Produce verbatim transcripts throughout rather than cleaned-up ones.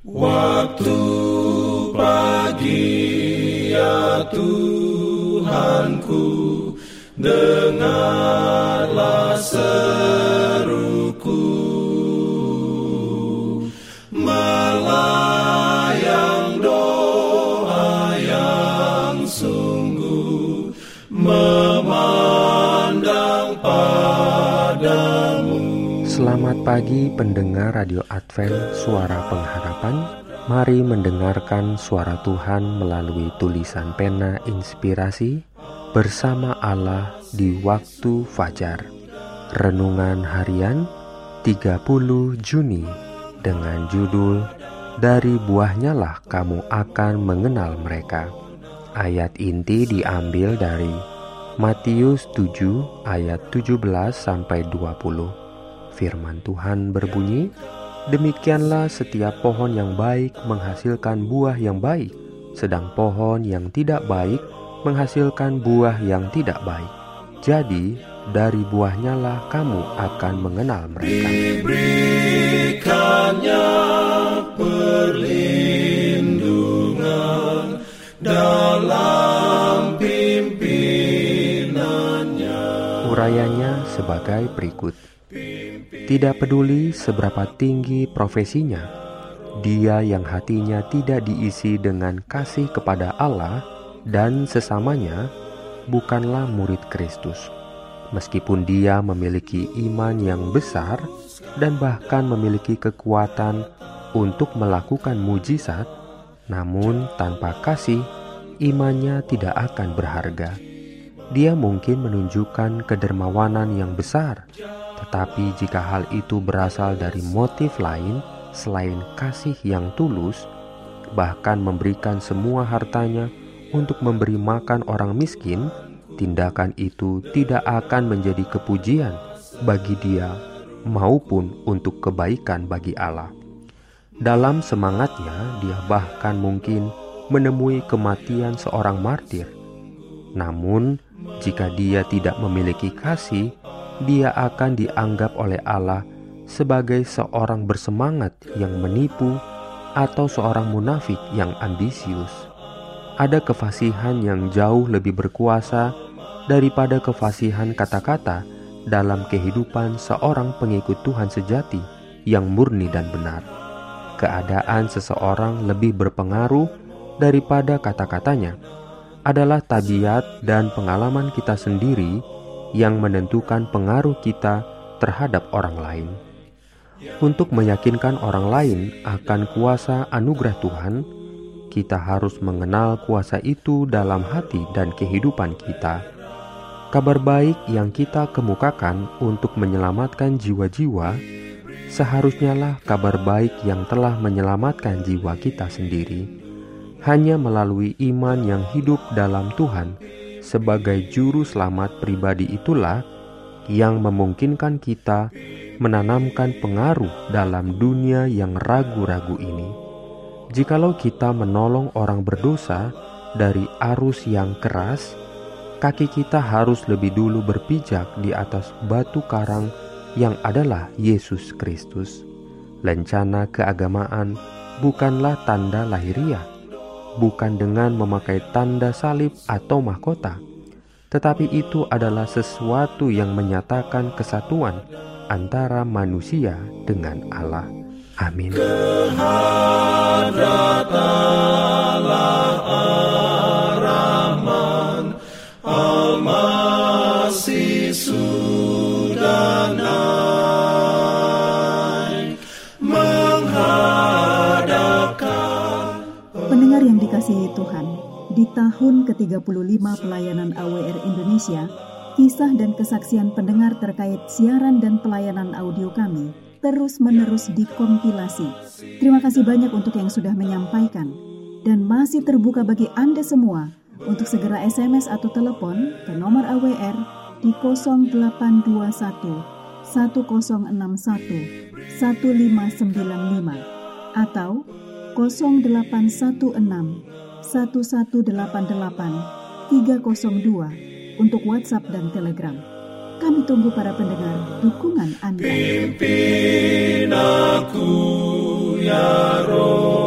Waktu pagi ya Tuhanku, dengarlah seruku, melayang doa yang sungguh, memandang padamu. Selamat pagi pendengar Radio Advent Suara Pengharapan. Mari mendengarkan suara Tuhan melalui tulisan pena inspirasi bersama Allah di waktu fajar. Renungan harian tiga puluh Juni dengan judul Dari buahnya lah kamu akan mengenal mereka. Ayat inti diambil dari Matius tujuh ayat tujuh belas sampai dua puluh. Firman Tuhan berbunyi, demikianlah setiap pohon yang baik menghasilkan buah yang baik, sedang pohon yang tidak baik menghasilkan buah yang tidak baik. Jadi, dari buahnya lah kamu akan mengenal mereka. Diberikannya perlindungan dalam pimpinannya. Urayanya sebagai berikut. Tidak peduli seberapa tinggi profesinya, dia yang hatinya tidak diisi dengan kasih kepada Allah dan sesamanya bukanlah murid Kristus. Meskipun dia memiliki iman yang besar dan bahkan memiliki kekuatan untuk melakukan mujizat, namun tanpa kasih, imannya tidak akan berharga. Dia mungkin menunjukkan kedermawanan yang besar, tetapi jika hal itu berasal dari motif lain selain kasih yang tulus, bahkan memberikan semua hartanya untuk memberi makan orang miskin, tindakan itu tidak akan menjadi kepujian bagi dia maupun untuk kebaikan bagi Allah. Dalam semangatnya, dia bahkan mungkin menemui kematian seorang martir. Namun, jika dia tidak memiliki kasih, dia akan dianggap oleh Allah sebagai seorang bersemangat yang menipu atau seorang munafik yang ambisius. Ada kefasihan yang jauh lebih berkuasa daripada kefasihan kata-kata dalam kehidupan seorang pengikut Tuhan sejati yang murni dan benar. Keadaan seseorang lebih berpengaruh daripada kata-katanya. Adalah tabiat dan pengalaman kita sendiri yang menentukan pengaruh kita terhadap orang lain. Untuk meyakinkan orang lain akan kuasa anugerah Tuhan, kita harus mengenal kuasa itu dalam hati dan kehidupan kita. Kabar baik yang kita kemukakan untuk menyelamatkan jiwa-jiwa, seharusnya lah kabar baik yang telah menyelamatkan jiwa kita sendiri. Hanya melalui iman yang hidup dalam Tuhan sebagai juru selamat pribadi itulah yang memungkinkan kita menanamkan pengaruh dalam dunia yang ragu-ragu ini. Jikalau kita menolong orang berdosa dari arus yang keras, kaki kita harus lebih dulu berpijak di atas batu karang yang adalah Yesus Kristus. Lencana keagamaan bukanlah tanda lahiriah, bukan dengan memakai tanda salib atau mahkota, tetapi itu adalah sesuatu yang menyatakan kesatuan antara manusia dengan Allah. Amin. Kehadrat Allah Ar-Rahman, Al-Masih sudah naik menghadapkan. Pendengar yang dikasihi Tuhan, di tahun ke tiga puluh lima pelayanan A W R Indonesia, kisah dan kesaksian pendengar terkait siaran dan pelayanan audio kami terus-menerus dikompilasi. Terima kasih banyak untuk yang sudah menyampaikan, dan masih terbuka bagi Anda semua untuk segera S M S atau telepon ke nomor A W R di nol delapan dua satu satu nol enam satu satu lima sembilan lima atau nol delapan satu enam satu satu delapan delapan tiga nol dua untuk WhatsApp dan Telegram. Kami tunggu para pendengar dukungan Anda. Pimpin aku ya Roh.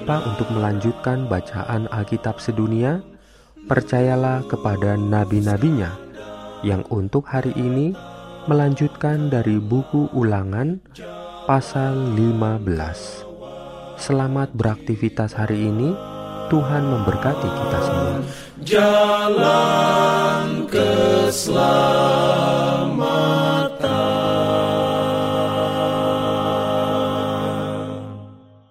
lupa untuk melanjutkan bacaan Alkitab sedunia, percayalah kepada nabi-nabinya yang untuk hari ini melanjutkan dari buku Ulangan pasal lima belas. Selamat beraktivitas hari ini. Tuhan memberkati kita semua. Jalan